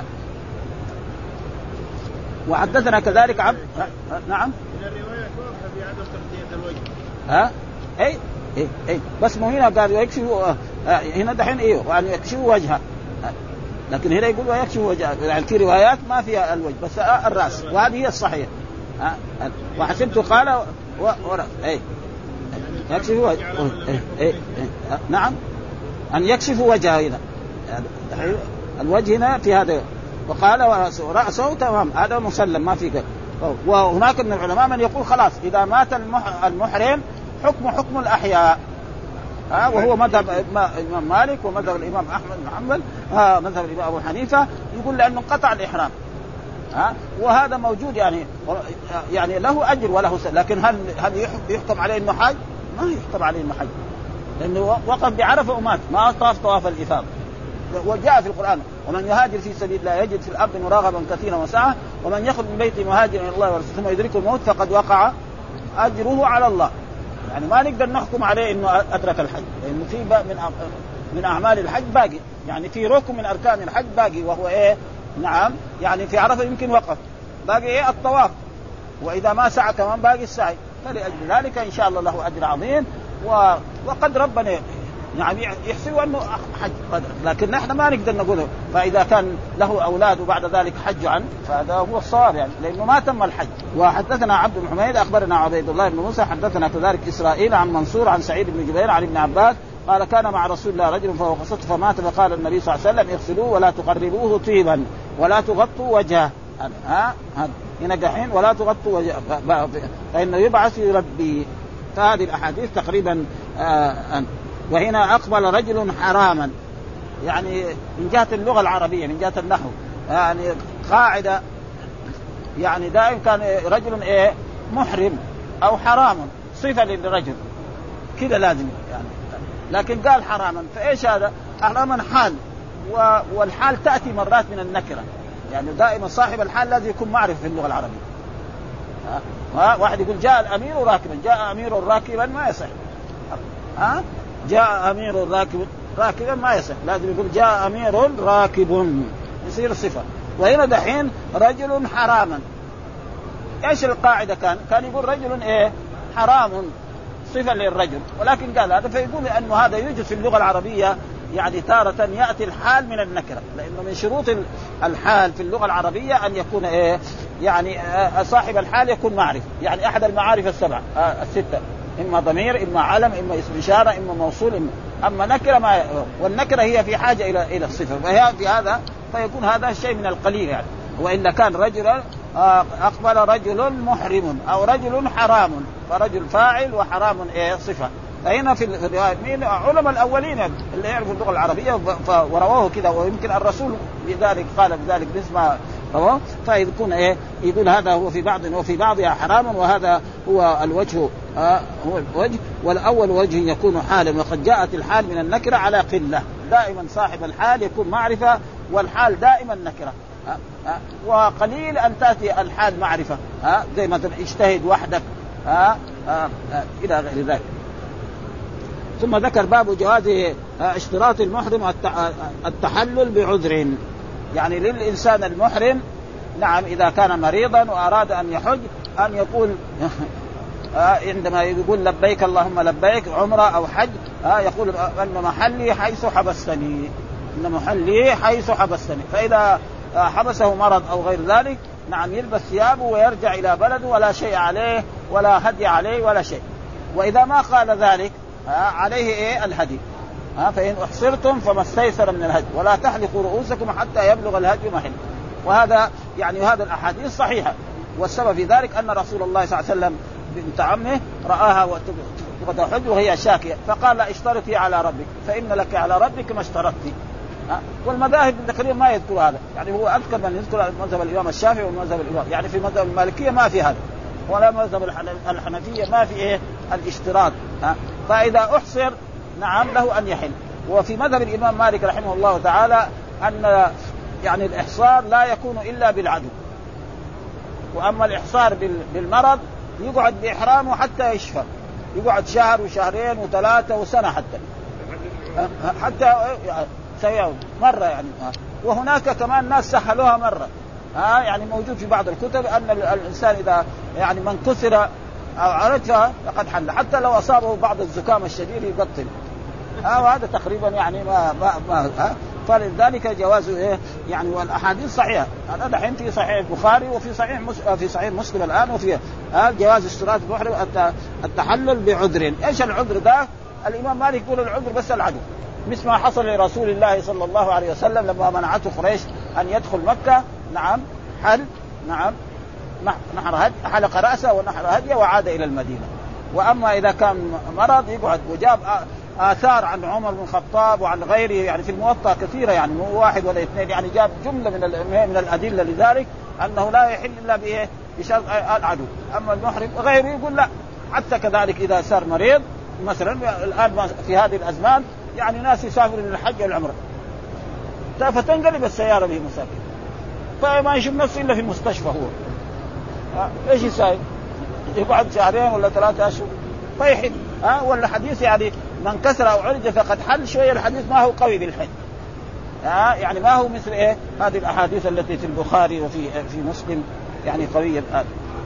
وحدثنا كذلك عبد نعم من الرواية توقف في عدم تغطية الوجه اي بس مو هنا قال يكشفوا هنا دحين وأن يكشفوا وجهه، لكن هنا يقول ويكشفوا وجهه يعني في روايات ما فيها الوجه بس الرأس، وهذه هي الصحيح. وحسبت قال ورأس يكشفوا نعم أن يكشفوا وجهه هنا الوجه هنا في هذا. وقال رأسه تمام هذا مسلم ما في كده. وهناك من العلماء من يقول خلاص إذا مات المحرم حكم الأحياء وهو مذهب الإمام مالك ومذهب الإمام أحمد بن حنبل مذهب الإمام أبو حنيفة يقول لأنه قطع الإحرام وهذا موجود يعني له أجر وله لكن هل يحكم عليه إنه حج؟ ما يحكم عليه إنه حج لأنه وقف بعرفة ومات ما طاف طواف الإفاضة. وجاء في القرآن ومن يهاجر في سبيل الله يجد في الأرض مراغبا كثيرا وسعة ومن يخرج من بيته مهاجرا إلى الله ورسوله ثم يدركه الموت فقد وقع أجره على الله. يعني ما نقدر نحكم عليه إنه أدرك الحج لأنه في من أعمال الحج باقي، يعني في ركن من أركان الحج باقي وهو نعم يعني في عرفة يمكن وقف باقي الطواف، وإذا ما سعى كمان باقي السعي. فلأجل ذلك إن شاء الله له أجر عظيم وقد ربنا يعني يحسبوا أنه حج، لكن نحن ما نقدر نقوله. فإذا كان له أولاد وبعد ذلك حج عنه فهذا هو الصواب يعني لأنه ما تم الحج. وحدثنا عبد بن حميد أخبرنا عبيد الله بن موسى حدثنا كذلك إسرائيل عن منصور عن سعيد بن جبير عن ابن عباس قال كان مع رسول الله رجل فهو قصته فمات فقال النبي صلى الله عليه وسلم اغسلوه ولا تقربوه طيبا ولا تغطوا وجهه هنا دحين ولا تغطوا وجهه فإنه يبعث يربي. فهذه الأحاديث تقريبا وهنا أقبل رجل حراما يعني من جهة اللغة العربية من جهة النحو يعني قاعدة يعني دائما كان رجل محرم أو حرام صفة للرجل كده لازم يعني، لكن قال حراما فإيش هذا؟ حراما حال والحال تأتي مرات من النكرة يعني دائما صاحب الحال لازم يكون معرف في اللغة العربية. واحد يقول جاء الأمير راكبا جاء أمير راكبا ما يصح جاء أمير راكبا ما يصح لازم يقول جاء أمير راكب يصير صفة. وهنا دحين رجل حراما إيش القاعدة كان يقول رجل حرام صفة للرجل ولكن قال هذا فيقول أنه هذا يوجد في اللغة العربية يعني تارة يأتي الحال من النكرة لأنه من شروط الحال في اللغة العربية أن يكون يعني صاحب الحال يكون معرف يعني أحد المعارف السبع الستة إما ضمير إما علم إما اسم إشارة إما موصول أما نكرة ما والنكرة هي في حاجة إلى الصفة فهي في هذا فيكون هذا الشيء من القليل يعني. وإن كان رجلا أقبل رجل محرم أو رجل حرام فرجل فاعل وحرام صفة. فهنا في الرواية مين علماء الأولين اللي يعرفوا اللغة العربية ورواه كذا ويمكن الرسول بذلك قال بذلك باسم رواه فيكون يقول هذا هو في بعض وفي بعضها حرام وهذا هو الوجه هو الوجه والأول وجه يكون حالا وقد جاءت الحال من النكرة على قلة دائما صاحب الحال يكون معرفة والحال دائما نكرة. وقليل أن تأتي الحال معرفة، زي مثلا اجتهد وحدك إلى غير ذلك. ثم ذكر باب جواز اشتراط المحرم التحلل بعذر، يعني للإنسان المحرم نعم إذا كان مريضا وأراد أن يحج أن يقول عندما يقول لبيك اللهم لبيك عمرة أو حج يقول أن محلي حيث حبستني، إن محلي حيث حبستني. فإذا حبسه مرض أو غير ذلك نعم يلبس ثيابه ويرجع إلى بلده ولا شيء عليه ولا هدي عليه ولا شيء. وإذا ما قال ذلك عليه الهدي. فإن أحصرتم فما استيسر من الهدي ولا تحلقوا رؤوسكم حتى يبلغ الهدي محله. وهذا يعني هذا الأحاديث صحيحة، والسبب في ذلك أن رسول الله صلى الله عليه وسلم بنت عمه رآها وتحج وهي شاكية فقال اشترطي على ربك فإن لك على ربك ما اشترطتي. والمذاهب تقريبا ما يذكر هذا، يعني هو أذكر من يذكر مذهب الإمام الشافعي ومذهب الإمام، يعني في مذهب المالكية ما في هذا، ولا مذهب الحنفية ما في الاشتراط. فإذا أحصر نعم له أن يحل. وفي مذهب الإمام مالك رحمه الله تعالى أن يعني الإحصار لا يكون إلا بالعدو، وأما الإحصار بالمرض يقعد بإحرامه حتى يشفى، يقعد شهر وشهرين وثلاثة وسنة حتى سيعود مرة يعني. وهناك كمان ناس سهلوها مرة، يعني موجود في بعض الكتب أن الإنسان إذا يعني من كسر أو عرجها فقد حل، حتى لو أصابه بعض الزكام الشديد يبطل. وهذا تقريبا يعني ما فلذلك جوازه يعني. والأحاديث صحيحة، هذا دحين في صحيح البخاري وفي صحيح مسلم الآن، وفي جواز اشتراط المحرم التحلل بعذر. إيش العذر ده؟ الإمام مالك يقول العذر بس العدو، مثل ما حصل لرسول الله صلى الله عليه وسلم لما منعته قريش أن يدخل مكة. نعم حل نعم نحر حلق رأسه ونحر هديه وعاد إلى المدينة. وأما إذا كان مرض يقعد. وجاب آثار عن عمر بن الخطاب وعن غيره يعني في الموطأ كثيرة، يعني مو واحد ولا اثنين، يعني جاب جملة من الأدلة لذلك أنه لا يحل إلا بشرط العدو. أما المحرم غيره يقول لا. حتى كذلك إذا صار مريض مثلا الآن في هذه الأزمان يعني ناس يسافروا للحج والعمرة فتنقلب السيارة به مسافر فما يشوف نفسه إلا في المستشفى، هو إيش يساوي؟ يقعد شهرين ولا 3 أشهر فيحل. ولا حديث يعني من كسر أو عرج فقد حل، شوية الحديث ما هو قوي بالحد، يعني ما هو مثل هذه الأحاديث التي في البخاري وفي مسلم يعني قوية الآن.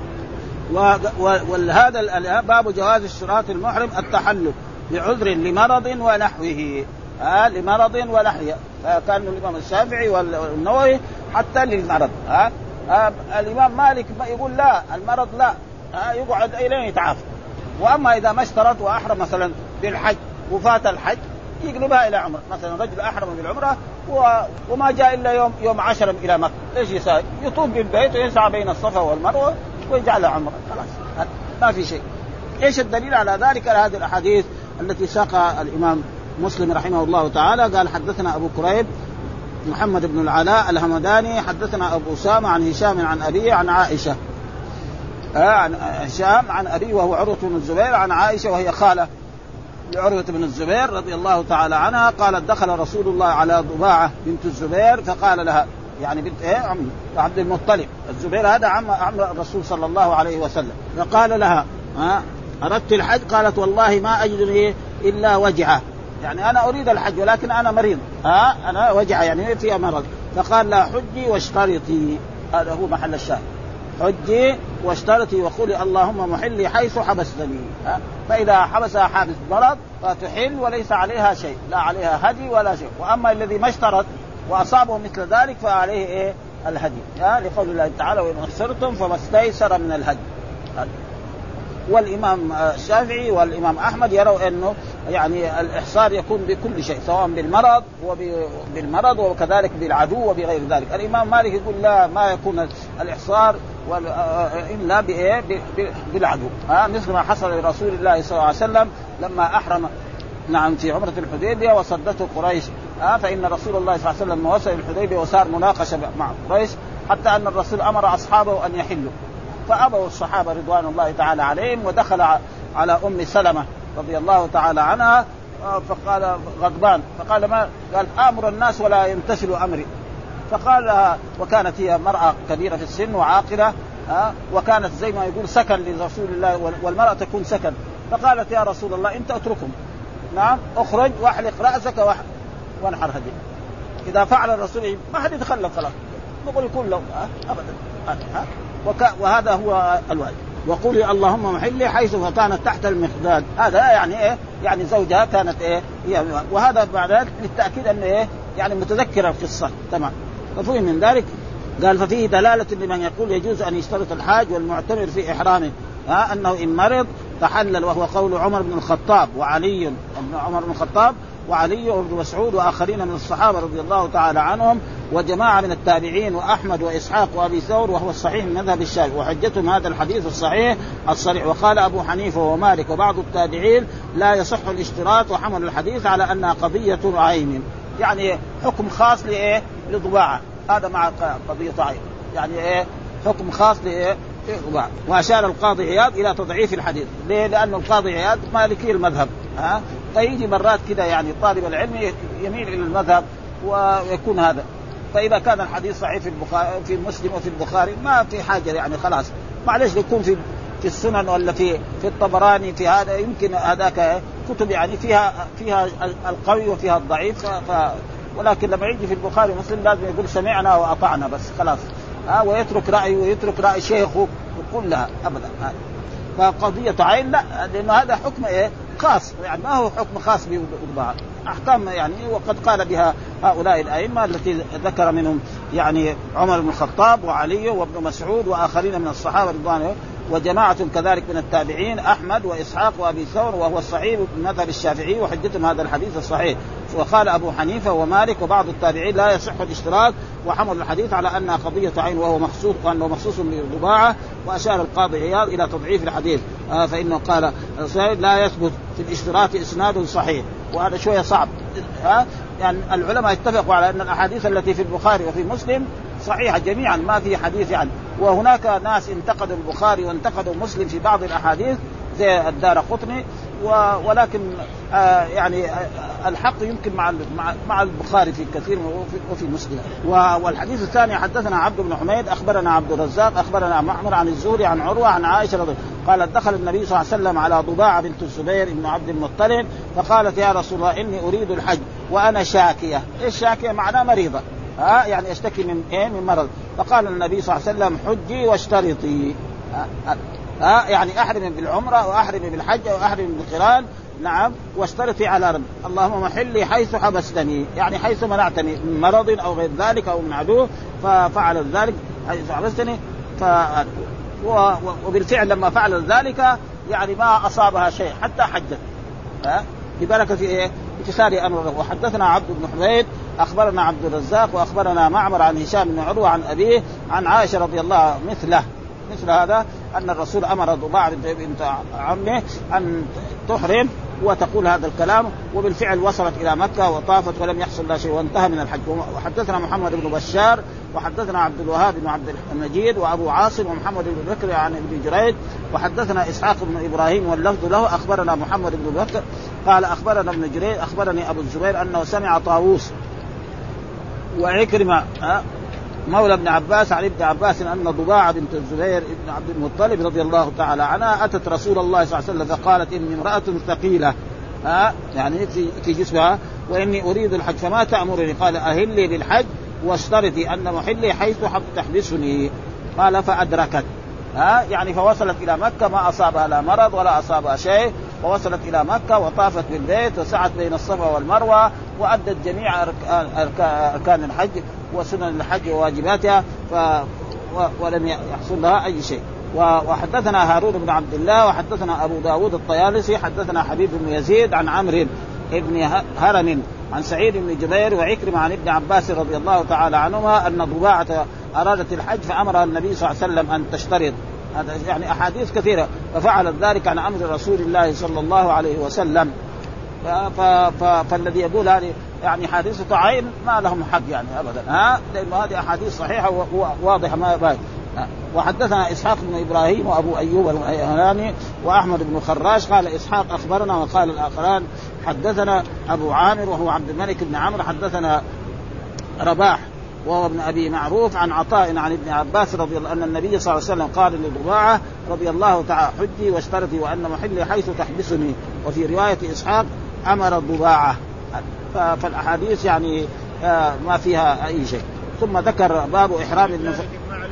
وهذا باب جواز اشتراط المحرم التحلل بعذر لمرض ونحوه. لمرض ونحوه كان الإمام الشافعي والنووي حتى للمرض. الإمام مالك يقول لا، المرض لا، يقعد إلين يتعافى. وأما إذا ما اشترط وأحرم مثلا بالحج وفات الحج يقلبها إلى عمره، مثلا رجل أحرم بالعمرة وما جاء إلا يوم 10 إلى مكة، إيش يساوي؟ يطوف بالبيت ويسعى بين الصفا والمروة ويجعلها عمره، خلاص ما في شيء. إيش الدليل على ذلك؟ هذه الأحاديث التي ساقها الإمام مسلم رحمه الله تعالى. قال حدثنا أبو كريب محمد بن العلاء الهمداني حدثنا أبو أسامة عن هشام عن أبيه عن عائشة، عن هشام عن أبيه وهو عروة بن الزبير عن عائشة وهي خالة لعروة بن الزبير رضي الله تعالى عنها قالت دخل رسول الله على ضباعة بنت الزبير فقال لها، يعني بنت عم عبد المطلب، الزبير هذا عم الرسول صلى الله عليه وسلم، فقال لها أردت الحج؟ قالت والله ما أجد إلا وجعه، يعني أنا أريد الحج ولكن أنا مريض، أنا وجعه يعني فيها مرض. فقال لا حجي واشترطي، هذا هو محل الشاهد، حجي واشترطي وقولي اللهم محلي حيث حبستني. فإذا حبسها حابس مرض فتحل وليس عليها شيء، لا عليها هدي ولا شيء. وأما الذي ما اشترط وأصابه مثل ذلك فعليه الهدي، لقول الله تعالى وإن أحصرتم فما استيسر من الهدي. والإمام الشافعي والإمام أحمد يروا أنه يعني الإحصار يكون بكل شيء، سواء بالمرض وكذلك بالعدو وبغير ذلك. الإمام مالك يقول لا، ما يكون الإحصار إلا بالعدو، مثل ما حصل لرسول الله صلى الله عليه وسلم لما أحرم نعم في عمرة الحديبية وصدته قريش. فإن رسول الله صلى الله عليه وسلم لما وصل الحديبية وصار مناقشة مع قريش حتى أن الرسول أمر أصحابه أن يحلوا، فأبوا الصحابة رضوان الله تعالى عليهم، ودخل على أم سلمة رضي الله تعالى عنها فقال غضبان، فقال ما قال آمر الناس ولا يمتثل أمري، فقال وكانت هي مرأة كبيرة في السن وعاقلة وكانت زي ما يقول سكن لرسول الله والمرأة تكون سكن. فقالت يا رسول الله أنت اتركهم، نعم اخرج واحلق رأسك وانحر هديك. إذا فعل الرسول ما حد يتخلف خلاص نقول يكون له أبدا. وهذا هو الواجب. وقولي اللهم محلي حيث كانت تحت المخداد. هذا يعني إيه؟ يعني زوجها كانت إيه؟ وهذا بعد للتأكيد أنه إيه؟ يعني متذكرة القصة تمام. ففهم من ذلك قال ففيه دلالة لمن يقول يجوز أن يشترط الحاج والمعتمر في إحرامه أنه إن مرض تحلل، وهو قول عمر بن الخطاب وعلي بن عمر بن الخطاب وعلي وابن مسعود وآخرين من الصحابة رضي الله تعالى عنهم وجماعة من التابعين وأحمد وإسحاق وأبي ثور، وهو الصحيح من مذهب الشافعي، وحجتهم هذا الحديث الصحيح الصريح. وقال أبو حنيفة ومالك وبعض التابعين لا يصح الاشتراط، وحمل الحديث على أنها قضية عين، يعني حكم خاص لإيه؟ لضباعة، هذا مع قضية عين، يعني إيه؟ حكم خاص لإيه؟ لضباعة. وأشار القاضي عياض إلى تضعيف الحديث. ليه؟ لأن القاضي عياض مالكي المذهب فيجي مرات كده يعني طالب العلم يميل إلى المذهب ويكون هذا. فإذا كان الحديث صحيح في البخاري في مسلم وفي البخاري ما في حاجة يعني خلاص، معلش يكون في السنن ولا في الطبراني في هذا، يمكن هذاك كتب يعني فيها القوي وفيها الضعيف. ولكن لما يجي في البخاري ومسلم لازم يقول سمعنا وأطعنا بس خلاص، ويترك رأيه ويترك رأي شيخه وكلها أبدا. فقضية عين لا، لأنه هذا حكم إيه؟ خاص، يعني ما هو حكم خاص ببعض أحكام يعني. وقد قال بها هؤلاء الأئمة التي ذكر منهم يعني عمر بن الخطاب وعلي وابن مسعود وآخرين من الصحابة رضوان الله، وجماعة كذلك من التابعين أحمد وإسحاق وأبي ثور، وهو الصحيح من مذهب الشافعي، وحجتهم هذا الحديث الصحيح. وقال أبو حنيفة ومالك وبعض التابعين لا يصح الاشتراك، وحمل الحديث على أنها قضية عين وهو مخصوص وأنه مخصوص بالضباعة. وأشار القاضي عياض إلى تضعيف الحديث فإنه قال لا يثبت في الاشتراك إسناد صحيح، وهذا شوية صعب. يعني العلماء اتفقوا على أن الأحاديث التي في البخاري وفي مسلم صحيحة جميعا، ما في حديث يعني. وهناك ناس انتقدوا البخاري وانتقدوا مسلم في بعض الأحاديث زي الدارقطني، ولكن يعني الحق يمكن مع البخاري في كثير وفي مسلم. والحديث الثاني حدثنا عبد بن حميد أخبرنا عبد الرزاق أخبرنا معمر عن الزهري عن عروة عن عائشة رضي الله عنها قالت دخل النبي صلى الله عليه وسلم على ضباعة بنت الزبير بن عبد المطلب فقالت يا رسول الله إني أريد الحج وأنا شاكية. إيش شاكية؟ معناه مريضة، يعني اشتكي من ايه؟ من مرض. فقال النبي صلى الله عليه وسلم حجي واشترطي، يعني احرمي بالعمره واحرمي بالحج واحرمي بالقران، نعم، واشترطي على رب اللهم محلي حيث حبستني، يعني حيث منعتني من مرض او غير ذلك او من عدو، ففعل ذلك حيث حبستني. وبالفعل لما فعل ذلك يعني ما اصابها شيء حتى حجت ببركه ايه؟ اتصال أمره. وحدثنا عبد بن حميد أخبرنا عبد الرزاق وأخبرنا معمر عن هشام بن عروة عن أبيه عن عائشة رضي الله مثل هذا أن الرسول أمر ضباع بنت عمه أن تحرم وتقول هذا الكلام، وبالفعل وصلت إلى مكة وطافت ولم يحصل لها شيء وانتهى من الحج. وحدثنا محمد بن بشار وحدثنا عبد الوهاب بن عبد المجيد وأبو عاصم ومحمد بن بكر عن ابن جريج وحدثنا إسحاق بن إبراهيم واللفظ له أخبرنا محمد بن بكر قال أخبرنا ابن جريج أخبرني أبو الزبير أنه سمع طاووس وعكرمة مولى ابن عباس عن ابن عباس أن ضباعة بنت الزبير ابن عبد المطلب رضي الله تعالى عنها أتت رسول الله صلى الله عليه وسلم فقالت إني امرأة ثقيلة يعني في جسمها وإني أريد الحج فما تأمرني؟ قال أهلي بالحج واشترطي أن محلي حيث تحبسني. قال فأدركت يعني فوصلت إلى مكة ما أصابها لا مرض ولا أصابها شيء، ووصلت إلى مكة وطافت بالبيت وسعت بين الصفا والمروة وأدت جميع أركان الحج وسنن الحج وواجباتها ولم يحصل لها أي شيء. وحدثنا هارون بن عبد الله وحدثنا أبو داود الطيالسي حدثنا حبيب بن يزيد عن عمرو ابن هرم عن سعيد بن جبير وعكرمة عن ابن عباس رضي الله تعالى عنهما أن ضباعة أرادت الحج فأمر النبي صلى الله عليه وسلم أن تشترط. هذا يعني أحاديث كثيرة ففعلت ذلك عن أمر رسول الله صلى الله عليه وسلم. فالذي يقول هذه يعني حادثة عين ما لهم حق يعني أبدا لأن هذه أحاديث صحيحة وواضحة ما باين. وحدثنا إسحاق بن إبراهيم وأبو أيوب الهناني وأحمد بن خراش قال إسحاق أخبرنا وقال الآخران حدثنا أبو عامر وهو عبد الملك بن عمرو حدثنا رباح وهو ابن أبي معروف عن عطاء عن ابن عباس رضي الله أن النبي صلى الله عليه وسلم قال لضباعة رضي الله تعالى حجي واشترطي وأن محلي حيث تحبسني. وفي رواية إسحاق أمر ضباعة. فالأحاديث يعني ما فيها أي شيء. ثم ذكر باب إحرام النفس.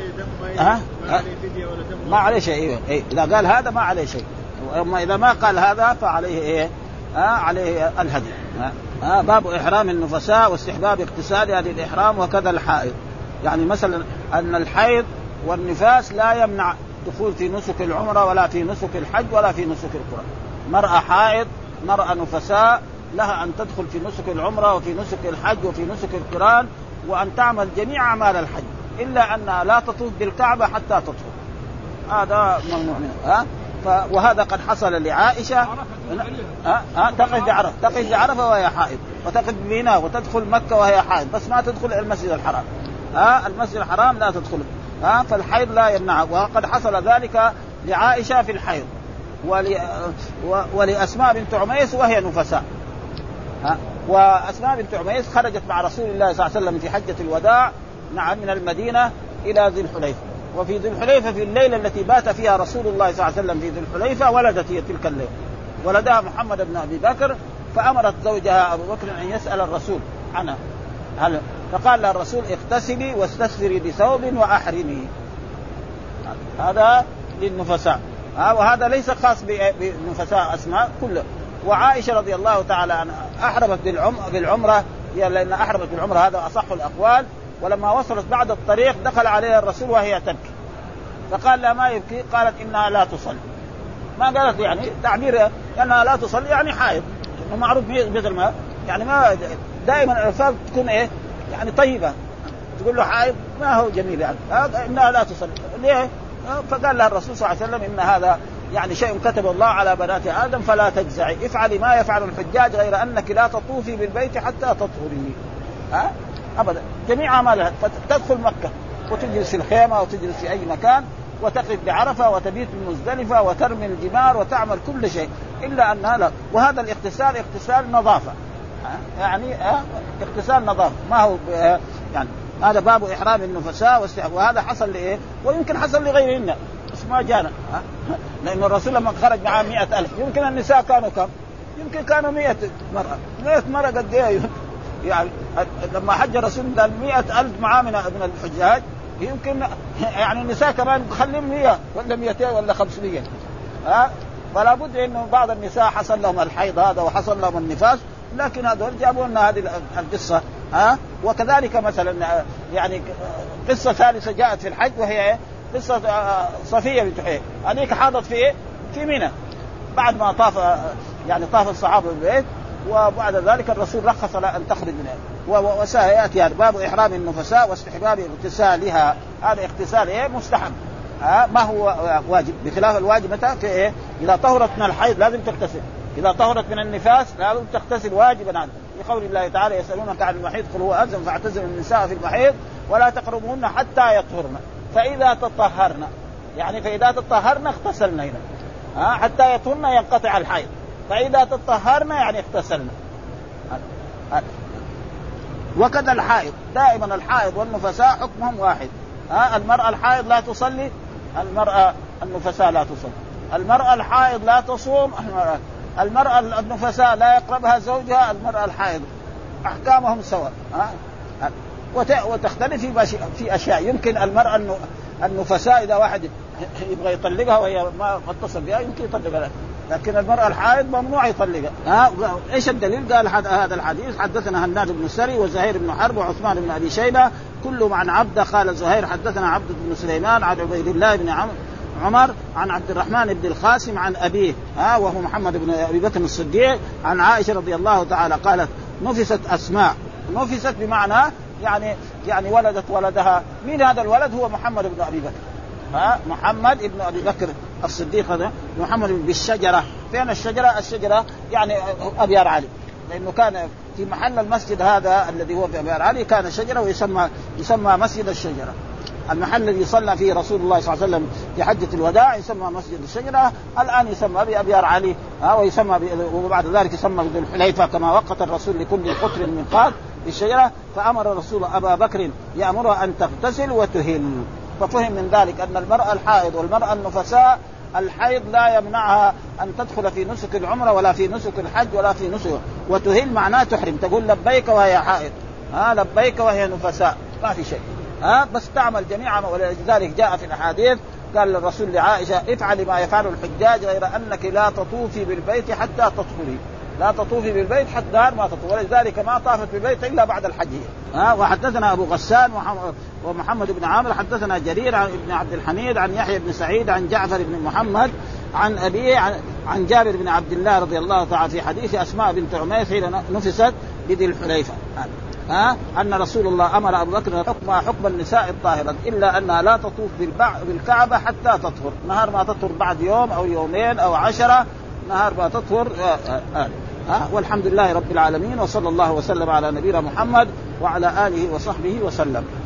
ما عليه شيء. إذا قال هذا ما عليه شيء، أما إذا ما قال هذا فعليه عليه الهدي. باب إحرام النفساء واستحباب اغتسالها للإحرام وكذا الحائض. يعني مثلا أن الحيض والنفاس لا يمنع دخول في نسك العمرة ولا في نسك الحج ولا في نسك القرآن. مرأة حائض مرأة نفساء لها أن تدخل في نسك العمرة وفي نسك الحج وفي نسك القرآن وأن تعمل جميع أعمال الحج إلا أنها لا تطوف بالكعبة حتى تطهر. هذا ممنوع منه. وهذا قد حصل لعائشة. تقف بعرفة وهي حائض، وتقف بميناء، وتدخل مكة وهي حائض، بس ما تدخل المسجد الحرام. المسجد الحرام لا تدخل. فالحيض لا يمنع. وقد حصل ذلك لعائشة في الحيض ولأسماء بنت عميس وهي نفساء. وأسماء بنت عميس خرجت مع رسول الله صلى الله عليه وسلم في حجة الوداع من المدينة إلى ذي الحليفة. وفي ذي الحليفة في الليلة التي بات فيها رسول الله صلى الله عليه وسلم في ذي الحليفة ولدت هي تلك الليلة، ولدها محمد بن أبي بكر. فأمرت زوجها أبو بكر أن يسأل الرسول عنها. فقال لها الرسول اغتسلي واستثفري بثوب وأحرمي. هذا للنفساء. وهذا ليس خاص بنفساء أسماء كله. وعائشة رضي الله تعالى عنها أحرمت بالعمرة، لأن أحرمت بالعمرة هذا أصح الأقوال. ولما وصلت بعد الطريق دخل عليها الرسول وهي تبكي، فقال لا ما يبكي، قالت إنها لا تصلي. ما قالت يعني تعبير أنها لا تصلي يعني حائض، ومعروف مثل ما يعني ما دائما الألفاظ تكون يعني طيبة، تقول له حائض ما هو جميل يعني إنها لا تصلي ليه. فقال لها الرسول صلى الله عليه وسلم إن هذا يعني شيء كتب الله على بنات آدم فلا تجزعي، افعلي ما يفعل الحجاج غير أنك لا تطوفي بالبيت حتى تطهري. أبدا جميع أعمالها. فتدخل مكة وتجلس في الخيمة وتجلس في أي مكان وتقف بعرفة وتبيت بمزدلفة وترمي الجمار وتعمل كل شيء إلا أنها لا. وهذا اغتسال نظافة، يعني اغتسال نظافة ما هو يعني. هذا باب إحرام النفساء وهذا حصل لإيه، ويمكن حصل لغيرهن بس ما جانا. لأن الرسول لما خرج معاه 100,000 يمكن النساء كانوا كم؟ يمكن كانوا 100 مرة. 100 مرة قد إيه يعني. لما حج الرسول قال 100,000 معاه من الحجاج، يمكن يعني النساء كمان خليهم 100 ولا 200 ولا 500. فلا بد إنه بعض النساء حصل لهم الحيض هذا وحصل لهم النفاس، لكن هذول جابوا لنا هذه القصة. وكذلك مثلا يعني قصة ثالثة جاءت في الحج وهي قصة صفية بنت حيي. هذيك حاضت في منى بعد ما طاف الصحابة بالبيت، وبعد ذلك الرسول رخص لها أن تخرج منها. وسيأتي باب إحرام النفساء واستحباب اغتسالها. هذا اغتسال مستحب، ما هو واجب، بخلاف الواجب متى في إذا طهرت من الحيض لازم تغتسل، إذا طهرت من النفاس لازم تغتسل واجبا عنه، لقول الله تعالى يسألونك عن المحيض قل هو أذن فاعتزلوا النساء في المحيض ولا تقربوهن حتى يطهرن فإذا تطهرن، يعني فإذا تطهرن اغتسلن هنا، حتى يطهرن ينقطع الحيض، فإذا تطهرن يعني اغتسلن. وكذا الحائض، دائما الحائض والنفساء حكمهم واحد. المرأة الحائض لا تصلي، المرأة النفساء لا تصلي، المرأة الحائض لا تصوم، المرأة النفساء لا يقربها زوجها، المرأة الحائض أحكامهم سواء. وتختلف في أشياء. يمكن المرأة النفساء إذا واحد يبغى يطلقها وهي ما اتصل بها يمكن يطلقها، لكن المرأة الحائض ممنوع يطلقها. إيش الدليل؟ قال هذا الحديث حدثنا هناد بن السري وزهير بن حرب وعثمان بن أبي شيبة كلهم عن عبدة. قال زهير حدثنا عبد بن سليمان عن عبيد الله بن عمر عن عبد الرحمن بن القاسم عن أبيه وهو محمد بن أبي بكر الصديق عن عائشة رضي الله تعالى قالت نفست أسماء. نفست بمعنى يعني ولدت ولدها. مين هذا الولد؟ هو محمد بن أبي بكر. محمد بن أبي بكر الصديق هذا محمد بالشجرة. فين الشجرة؟ الشجرة يعني أبيار علي، لأنه كان في محل المسجد هذا الذي هو في أبيار علي كان شجرة ويسمى مسجد الشجرة. المحل الذي صلى فيه رسول الله صلى الله عليه وسلم في حجة الوداع يسمى مسجد الشجرة، الآن يسمى بأبيار علي ويسمى وبعد ذلك يسمى ذو الحليفة كما وقت الرسول لكل قطر من قاد الشجرة، فأمر الرسول أبا بكر يأمرها أن تغتسل وتهل. ففهم من ذلك أن المرأة الحائض والمرأة النفساء الحيض لا يمنعها أن تدخل في نسك العمرة ولا في نسك الحج ولا في نسك. وتهل معناه تحرم، تقول لبيك وهي حائض، لبيك وهي نفساء، ما في شيء، بس تعمل جميعا. ولذلك جاء في الأحاديث قال الرسول لعائشة افعلي ما يفعل الحجاج غير أنك لا تطوفي بالبيت حتى تطهري، لا تطوفي بالبيت حتى ما تطهري، ولذلك ما طافت بالبيت إلا بعد الحج. وحدثنا أبو غسان ومحمد بن عامر حدثنا جرير عن ابن عبد الحميد عن يحيى بن سعيد عن جعفر بن محمد عن أبيه عن جابر بن عبد الله رضي الله تعالى في حديث أسماء بنت عميس حين نفست بذي الحليفة أن رسول الله أمر أبو بكر حكم النساء الطاهرة إلا أنها لا تطوف بالكعبة حتى تطهر، نهار ما تطهر بعد يوم أو يومين أو 10 نهار ما تطهر. والحمد لله رب العالمين، وصلى الله وسلم على نبينا محمد وعلى آله وصحبه وسلم.